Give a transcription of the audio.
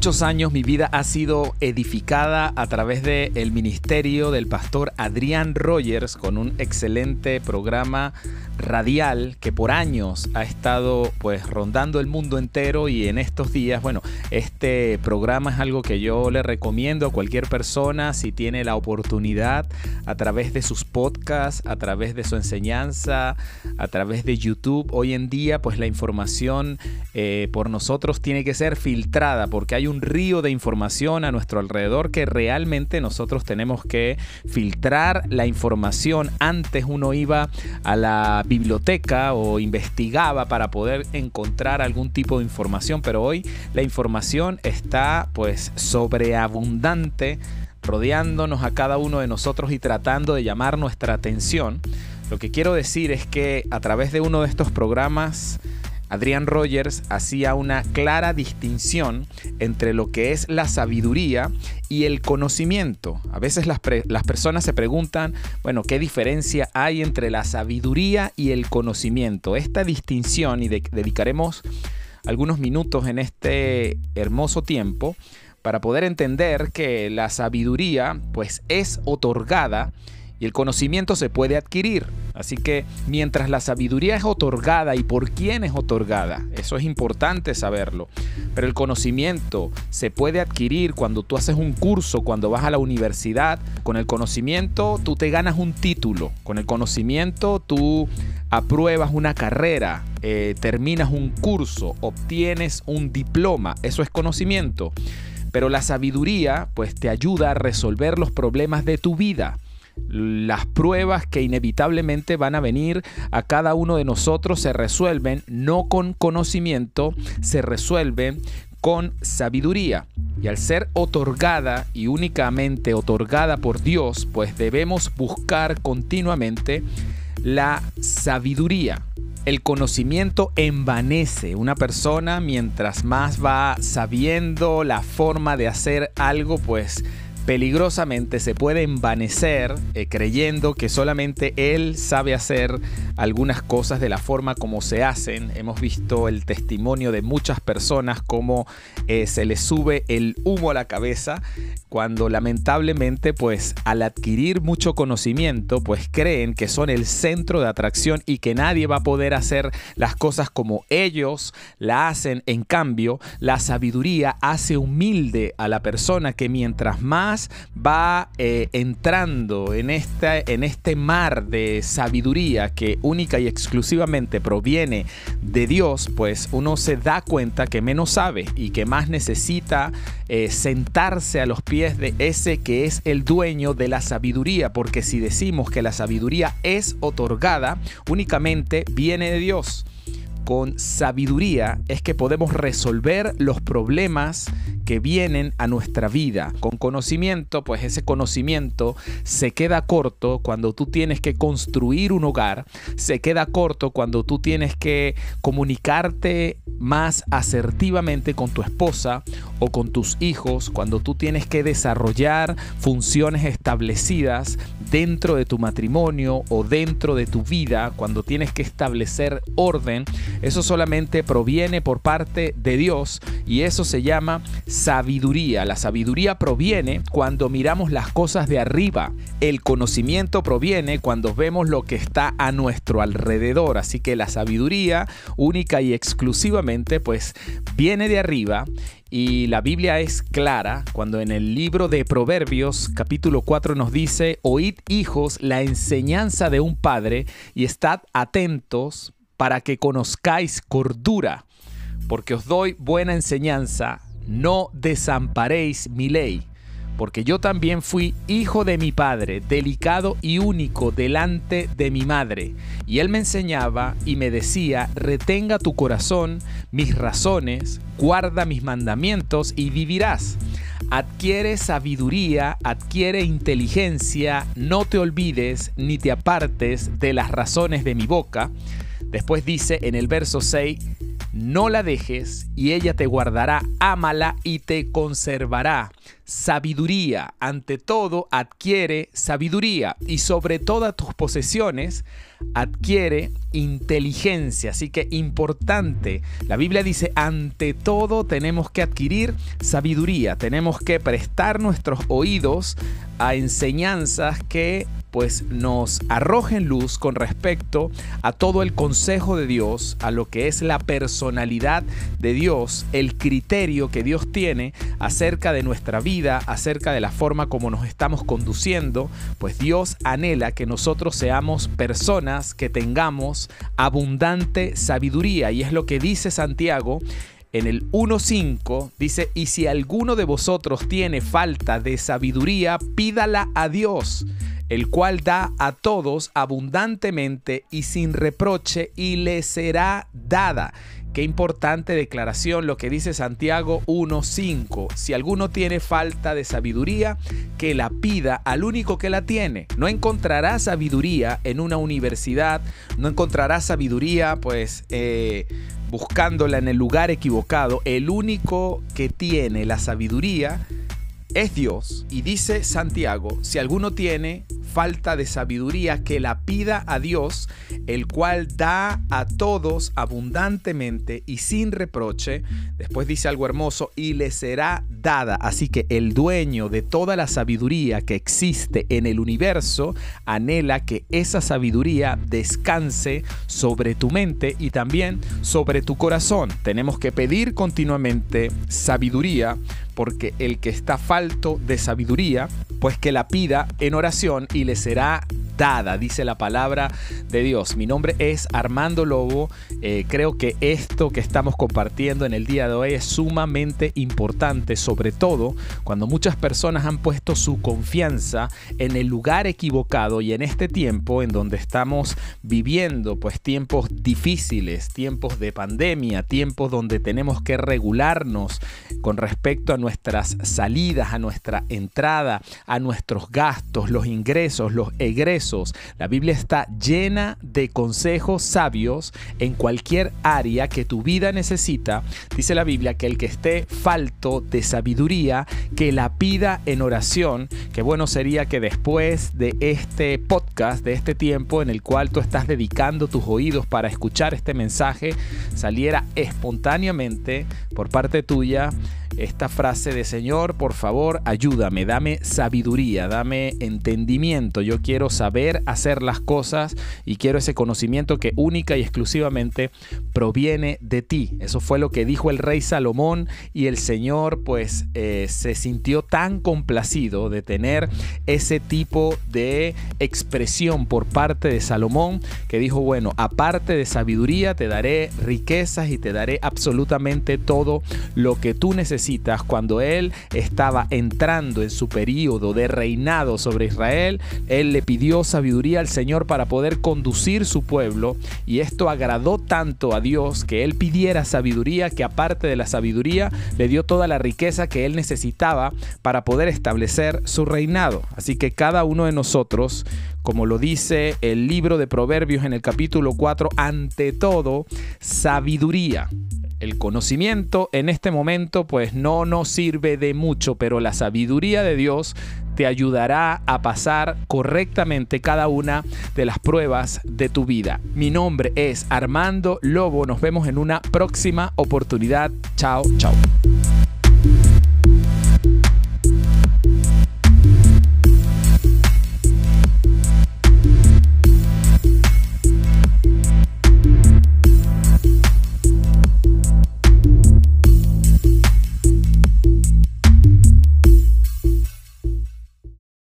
muchos años mi vida ha sido edificada a través del ministerio del pastor Adrián Rogers con un excelente programa radial que por años ha estado rondando el mundo entero, y en estos días, este programa es algo que yo le recomiendo a cualquier persona si tiene la oportunidad, a través de sus podcasts, a través de su enseñanza, a través de YouTube. Hoy en día la información por nosotros tiene que ser filtrada, porque hay un río de información a nuestro alrededor que realmente nosotros tenemos que filtrar la información. Antes uno iba a la biblioteca o investigaba para poder encontrar algún tipo de información, pero hoy la información está sobreabundante, rodeándonos a cada uno de nosotros y tratando de llamar nuestra atención. Lo que quiero decir es que a través de uno de estos programas, Adrián Rogers hacía una clara distinción entre lo que es la sabiduría y el conocimiento. A veces las personas se preguntan, ¿qué diferencia hay entre la sabiduría y el conocimiento? Esta distinción, y dedicaremos algunos minutos en este hermoso tiempo para poder entender que la sabiduría es otorgada y el conocimiento se puede adquirir. Así que mientras la sabiduría es otorgada, ¿y por quién es otorgada? Eso es importante saberlo. Pero el conocimiento se puede adquirir cuando tú haces un curso, cuando vas a la universidad. Con el conocimiento tú te ganas un título. Con el conocimiento tú apruebas una carrera, terminas un curso, obtienes un diploma. Eso es conocimiento. Pero la sabiduría te ayuda a resolver los problemas de tu vida. Las pruebas que inevitablemente van a venir a cada uno de nosotros se resuelven no con conocimiento, se resuelven con sabiduría. Y al ser otorgada y únicamente otorgada por Dios, debemos buscar continuamente la sabiduría. El conocimiento envanece. Una persona, mientras más va sabiendo la forma de hacer algo, peligrosamente se puede envanecer creyendo que solamente él sabe hacer algunas cosas de la forma como se hacen. Hemos visto el testimonio de muchas personas cómo se les sube el humo a la cabeza cuando lamentablemente al adquirir mucho conocimiento creen que son el centro de atracción y que nadie va a poder hacer las cosas como ellos la hacen. En cambio, la sabiduría hace humilde a la persona, que mientras más va entrando en este mar de sabiduría que única y exclusivamente proviene de Dios, uno se da cuenta que menos sabe y que más necesita sentarse a los pies de ese que es el dueño de la sabiduría, porque si decimos que la sabiduría es otorgada, únicamente viene de Dios. Con sabiduría es que podemos resolver los problemas que vienen a nuestra vida. Con conocimiento, ese conocimiento se queda corto cuando tú tienes que construir un hogar, se queda corto cuando tú tienes que comunicarte más asertivamente con tu esposa o con tus hijos, cuando tú tienes que desarrollar funciones establecidas dentro de tu matrimonio o dentro de tu vida, cuando tienes que establecer orden. Eso solamente proviene por parte de Dios, y eso se llama sabiduría. La sabiduría proviene cuando miramos las cosas de arriba. El conocimiento proviene cuando vemos lo que está a nuestro alrededor. Así que la sabiduría única y exclusivamente viene de arriba. Y la Biblia es clara cuando en el libro de Proverbios capítulo 4 nos dice: oíd, hijos, la enseñanza de un padre, y estad atentos para que conozcáis cordura, porque os doy buena enseñanza, no desamparéis mi ley. Porque yo también fui hijo de mi padre, delicado y único delante de mi madre. Y él me enseñaba y me decía: retenga tu corazón mis razones, guarda mis mandamientos y vivirás. Adquiere sabiduría, adquiere inteligencia, no te olvides ni te apartes de las razones de mi boca. Después dice en el verso 6: No la dejes y ella te guardará, ámala y te conservará. Sabiduría, ante todo adquiere sabiduría y sobre todas tus posesiones adquiere inteligencia. Así que importante, la Biblia dice, ante todo tenemos que adquirir sabiduría, tenemos que prestar nuestros oídos a enseñanzas que pues nos arrojen luz con respecto a todo el consejo de Dios, a lo que es la personalidad de Dios, el criterio que Dios tiene acerca de nuestra vida, acerca de la forma como nos estamos conduciendo. Pues Dios anhela que nosotros seamos personas que tengamos abundante sabiduría, y es lo que dice Santiago. En el 1.5 dice, y si alguno de vosotros tiene falta de sabiduría, pídala a Dios, el cual da a todos abundantemente y sin reproche, y le será dada. Qué importante declaración lo que dice Santiago 1.5. Si alguno tiene falta de sabiduría, que la pida al único que la tiene. No encontrará sabiduría en una universidad, no encontrará sabiduría buscándola en el lugar equivocado. El único que tiene la sabiduría es Dios. Y dice Santiago, si alguno tiene falta de sabiduría, que la pida a Dios, el cual da a todos abundantemente y sin reproche. Después dice algo hermoso, y le será dada. Así que el dueño de toda la sabiduría que existe en el universo anhela que esa sabiduría descanse sobre tu mente y también sobre tu corazón. Tenemos que pedir continuamente sabiduría, porque el que está falto de sabiduría, pues que la pida en oración y le será dada, dice la palabra de Dios. Mi nombre es Armando Lobo. Creo que esto que estamos compartiendo en el día de hoy es sumamente importante, sobre todo cuando muchas personas han puesto su confianza en el lugar equivocado, y en este tiempo en donde estamos viviendo pues tiempos difíciles, tiempos de pandemia, tiempos donde tenemos que regularnos con respecto a nuestras salidas, a nuestra entrada, a nuestros gastos, los ingresos, los egresos. La Biblia está llena de consejos sabios en cualquier área que tu vida necesita. Dice la Biblia que el que esté falto de sabiduría, que la pida en oración. Qué bueno sería que después de este podcast, de este tiempo en el cual tú estás dedicando tus oídos para escuchar este mensaje, saliera espontáneamente por parte tuya esta frase de: Señor, por favor, ayúdame, dame sabiduría, dame entendimiento. Yo quiero saber hacer las cosas y quiero ese conocimiento que única y exclusivamente proviene de ti. Eso fue lo que dijo el rey Salomón, y el Señor se sintió tan complacido de tener ese tipo de expresión por parte de Salomón, que dijo: bueno, aparte de sabiduría te daré riquezas y te daré absolutamente todo lo que tú necesitas. Cuando él estaba entrando en su periodo de reinado sobre Israel, él le pidió sabiduría al Señor para poder conducir su pueblo, y esto agradó tanto a Dios que él pidiera sabiduría, que aparte de la sabiduría le dio toda la riqueza que él necesitaba para poder establecer su reinado. Así que cada uno de nosotros, como lo dice el libro de Proverbios en el capítulo 4, ante todo, sabiduría. El conocimiento en este momento pues no nos sirve de mucho, pero la sabiduría de Dios te ayudará a pasar correctamente cada una de las pruebas de tu vida. Mi nombre es Armando Lobo. Nos vemos en una próxima oportunidad. Chao, chao.